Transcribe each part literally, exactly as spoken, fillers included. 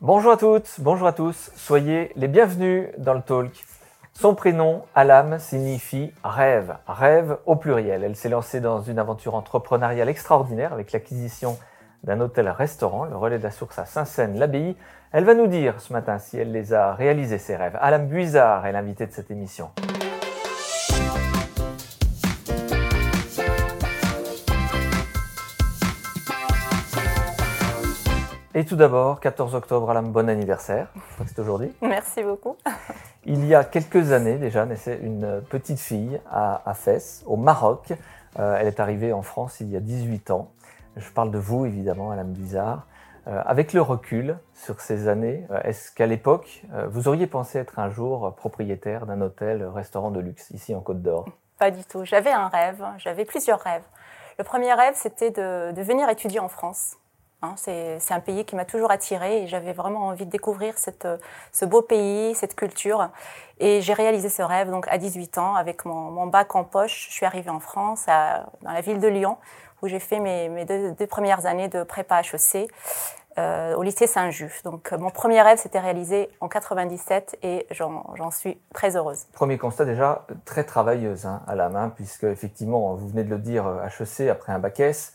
Bonjour à toutes, bonjour à tous, soyez les bienvenus dans le talk. Son prénom, Alam, signifie rêve, rêve au pluriel. Elle s'est lancée dans une aventure entrepreneuriale extraordinaire avec l'acquisition d'un hôtel-restaurant, le Relais de la Source à Saint-Seine-l'Abbaye. Elle va nous dire ce matin si elle les a réalisés, ses rêves. Alam Buizard est l'invité de cette émission. Et tout d'abord, quatorze octobre, Alam, bon anniversaire. Je crois que c'est aujourd'hui. Merci beaucoup. Il y a quelques années déjà, naissait une petite fille à, à Fès, au Maroc. Euh, elle est arrivée en France il y a dix-huit ans. Je parle de vous, évidemment, Alam Buizard. Euh, avec le recul sur ces années, euh, est-ce qu'à l'époque, euh, vous auriez pensé être un jour propriétaire d'un hôtel-restaurant de luxe, ici en Côte d'Or? Pas du tout. J'avais un rêve, j'avais plusieurs rêves. Le premier rêve, c'était de, de venir étudier en France. Hein, c'est, c'est un pays qui m'a toujours attirée et j'avais vraiment envie de découvrir cette, ce beau pays, cette culture. Et j'ai réalisé ce rêve donc à dix-huit ans avec mon, mon bac en poche. Je suis arrivée en France, à, dans la ville de Lyon, où j'ai fait mes, mes deux, deux premières années de prépa H E C euh, au lycée Saint-Just. Donc mon premier rêve s'était réalisé en quatre-vingt-dix-sept et j'en, j'en suis très heureuse. Premier constat déjà, très travailleuse hein, à la main, puisque effectivement, vous venez de le dire, H E C après un bac S.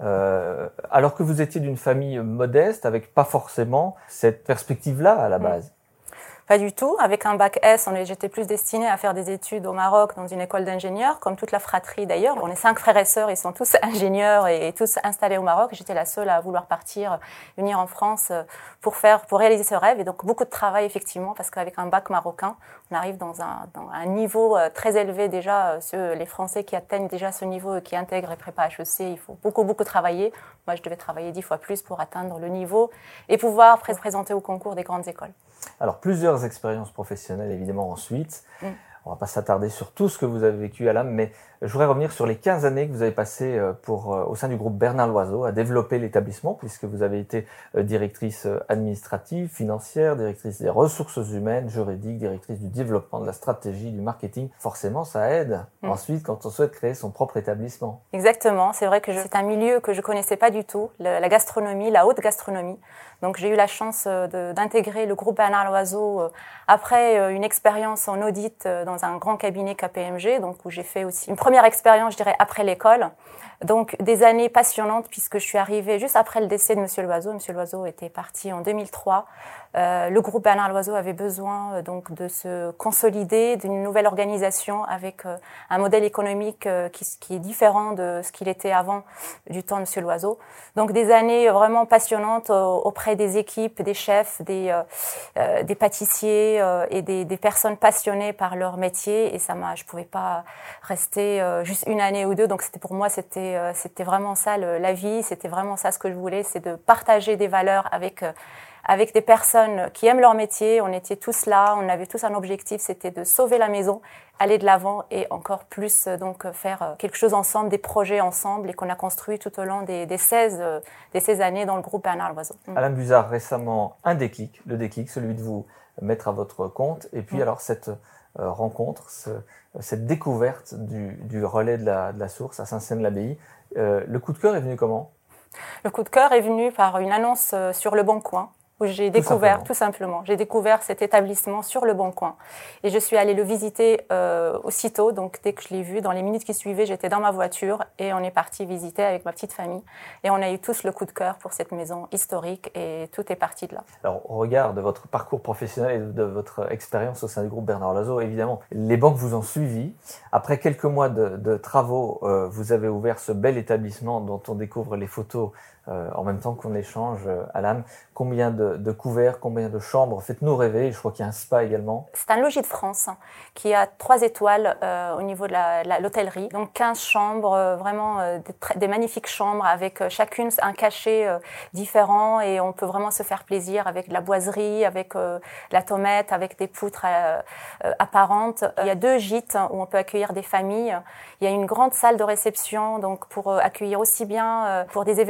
Euh, alors que vous étiez d'une famille modeste, avec pas forcément cette perspective-là à la base. Pas du tout. Avec un bac S, on est, j'étais plus destinée à faire des études au Maroc dans une école d'ingénieurs, comme toute la fratrie d'ailleurs. On est cinq frères et sœurs, ils sont tous ingénieurs et, et tous installés au Maroc. J'étais la seule à vouloir partir, venir en France pour faire, pour réaliser ce rêve. Et donc beaucoup de travail effectivement, parce qu'avec un bac marocain, on arrive dans un, dans un niveau très élevé déjà. Ceux, les Français qui atteignent déjà ce niveau et qui intègrent les prépa H E C, il faut beaucoup beaucoup travailler. Moi, je devais travailler dix fois plus pour atteindre le niveau et pouvoir pré- présenter au concours des grandes écoles. Alors, plusieurs expériences professionnelles, évidemment, ensuite. Mm. On ne va pas s'attarder sur tout ce que vous avez vécu à l'âme, mais je voudrais revenir sur les quinze années que vous avez passées pour, au sein du groupe Bernard Loiseau à développer l'établissement, puisque vous avez été directrice administrative, financière, directrice des ressources humaines, juridiques, directrice du développement, de la stratégie, du marketing. Forcément, ça aide mm. ensuite quand on souhaite créer son propre établissement. Exactement. C'est vrai que je, c'est un milieu que je connaissais pas du tout, le, la gastronomie, la haute gastronomie. Donc, j'ai eu la chance de, d'intégrer le groupe Bernard Loiseau euh, après euh, une expérience en audit euh, dans un grand cabinet K P M G, donc où j'ai fait aussi une première expérience, je dirais, après l'école. Donc, des années passionnantes puisque je suis arrivée juste après le décès de Monsieur Loiseau. Monsieur Loiseau était parti en deux mille trois. Euh, le groupe Bernard Loiseau avait besoin euh, donc de se consolider, d'une nouvelle organisation avec euh, un modèle économique euh, qui, qui est différent de ce qu'il était avant du temps de Monsieur Loiseau. Donc, des années vraiment passionnantes euh, auprès des équipes, des chefs, des, euh, euh, des pâtissiers euh, et des, des personnes passionnées par leur métier. Et ça m'a, je pouvais pas rester euh, juste une année ou deux. Donc, c'était pour moi, c'était euh, c'était vraiment ça le, la vie. C'était vraiment ça ce que je voulais, c'est de partager des valeurs avec euh, avec des personnes qui aiment leur métier. On était tous là, on avait tous un objectif, c'était de sauver la maison, aller de l'avant et encore plus donc faire quelque chose ensemble, des projets ensemble et qu'on a construit tout au long des, des, seize, des seize années dans le groupe Bernard Loiseau. Mmh. Alam Buizard, récemment, un déclic, le déclic, celui de vous mettre à votre compte et puis mmh. alors cette euh, rencontre, ce, cette découverte du, du relais de la, de la Source à Saint-Seine-l'Abbaye. Euh, le coup de cœur est venu comment ? Le coup de cœur est venu par une annonce sur Le Bon Coin, où j'ai tout découvert, simplement. tout simplement, j'ai découvert cet établissement sur Le Bon Coin. Et je suis allée le visiter euh, aussitôt, donc dès que je l'ai vu, dans les minutes qui suivaient, j'étais dans ma voiture et on est parti visiter avec ma petite famille. Et on a eu tous le coup de cœur pour cette maison historique et tout est parti de là. Alors, au regard de votre parcours professionnel et de votre expérience au sein du groupe Bernard Loiseau, évidemment, les banques vous ont suivi. Après quelques mois de, de travaux, euh, vous avez ouvert ce bel établissement dont on découvre les photos Euh, en même temps qu'on échange euh, à l'âme. Combien de, de couverts, combien de chambres? Faites-nous rêver, je crois qu'il y a un spa également. C'est un logis de France hein, qui a trois étoiles euh, au niveau de la, la, l'hôtellerie. Donc quinze chambres, euh, vraiment euh, des, très, des magnifiques chambres avec euh, chacune un cachet euh, différent et on peut vraiment se faire plaisir avec de la boiserie, avec euh, la tomate, avec des poutres euh, euh, apparentes. Il y a deux gîtes hein, où on peut accueillir des familles. Il y a une grande salle de réception donc pour euh, accueillir aussi bien euh, pour des événements familiaux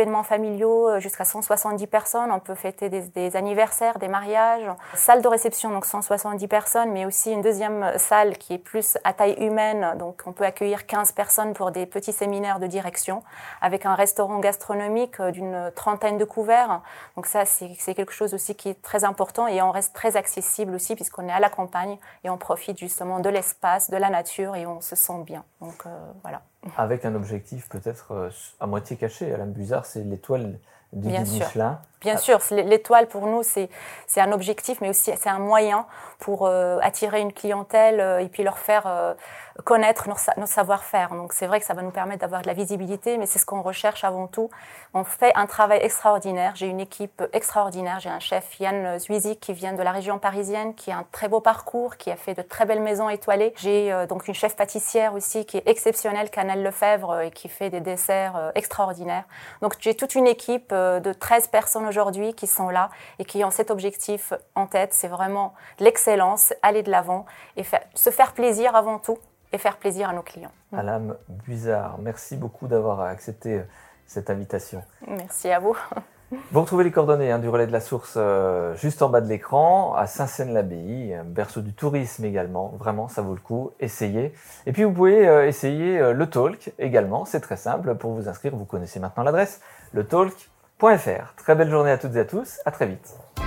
familiaux jusqu'à cent soixante-dix personnes. On peut fêter des, des anniversaires, des mariages. Salle de réception, donc cent soixante-dix personnes, mais aussi une deuxième salle qui est plus à taille humaine. Donc on peut accueillir quinze personnes pour des petits séminaires de direction, avec un restaurant gastronomique d'une trentaine de couverts. Donc ça, c'est, c'est quelque chose aussi qui est très important et on reste très accessible aussi puisqu'on est à la campagne et on profite justement de l'espace, de la nature et on se sent bien. Donc euh, voilà. Avec un objectif peut-être euh, à moitié caché. Alain Buzard, c'est l'étoile du guide Michelin. Bien ah. sûr, l'étoile pour nous, c'est, c'est un objectif, mais aussi c'est un moyen pour euh, attirer une clientèle euh, et puis leur faire euh, connaître notre, notre savoir-faire. Donc c'est vrai que ça va nous permettre d'avoir de la visibilité, mais c'est ce qu'on recherche avant tout. On fait un travail extraordinaire. J'ai une équipe extraordinaire. J'ai un chef, Yann Zuizik, qui vient de la région parisienne, qui a un très beau parcours, qui a fait de très belles maisons étoilées. J'ai euh, donc une chef pâtissière aussi qui est exceptionnelle, Canal Lefebvre, euh, et qui fait des desserts euh, extraordinaires. Donc j'ai toute une équipe euh, de treize personnes aujourd'hui qui sont là et qui ont cet objectif en tête. C'est vraiment l'excellence, aller de l'avant et faire, se faire plaisir avant tout et faire plaisir à nos clients. Alain Buzard, merci beaucoup d'avoir accepté cette invitation. Merci à vous. Vous retrouvez les coordonnées hein, du Relais de la Source euh, juste en bas de l'écran, à Saint-Saëns-l'Abbaye, un berceau du tourisme également. Vraiment, ça vaut le coup. Essayez. Et puis, vous pouvez euh, essayer euh, le Talk également. C'est très simple. Pour vous inscrire, vous connaissez maintenant l'adresse, le talk point f r. Très belle journée à toutes et à tous. À très vite.